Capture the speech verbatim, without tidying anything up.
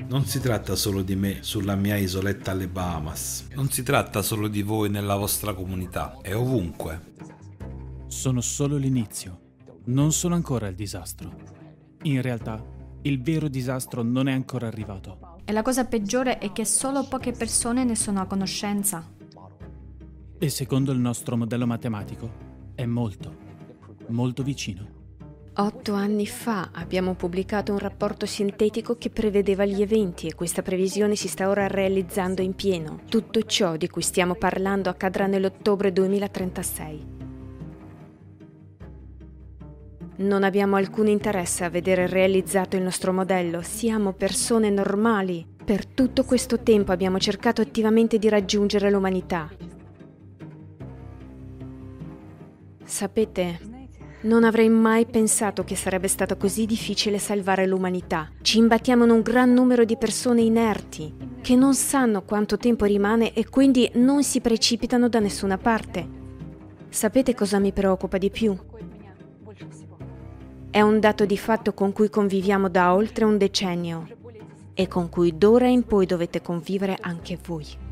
Non si tratta solo di me sulla mia isoletta alle Bahamas. Non si tratta solo di voi nella vostra comunità. È ovunque. Sono solo l'inizio. Non sono ancora il disastro. In realtà, il vero disastro non è ancora arrivato. E la cosa peggiore è che solo poche persone ne sono a conoscenza. E secondo il nostro modello matematico, è molto, molto vicino. Otto anni fa abbiamo pubblicato un rapporto sintetico che prevedeva gli eventi e questa previsione si sta ora realizzando in pieno. Tutto ciò di cui stiamo parlando accadrà nell'ottobre duemilatrentasei. Non abbiamo alcun interesse a vedere realizzato il nostro modello, siamo persone normali. Per tutto questo tempo abbiamo cercato attivamente di raggiungere l'umanità. Sapete, non avrei mai pensato che sarebbe stato così difficile salvare l'umanità. Ci imbattiamo in un gran numero di persone inerti, che non sanno quanto tempo rimane e quindi non si precipitano da nessuna parte. Sapete cosa mi preoccupa di più? È un dato di fatto con cui conviviamo da oltre un decennio e con cui d'ora in poi dovete convivere anche voi.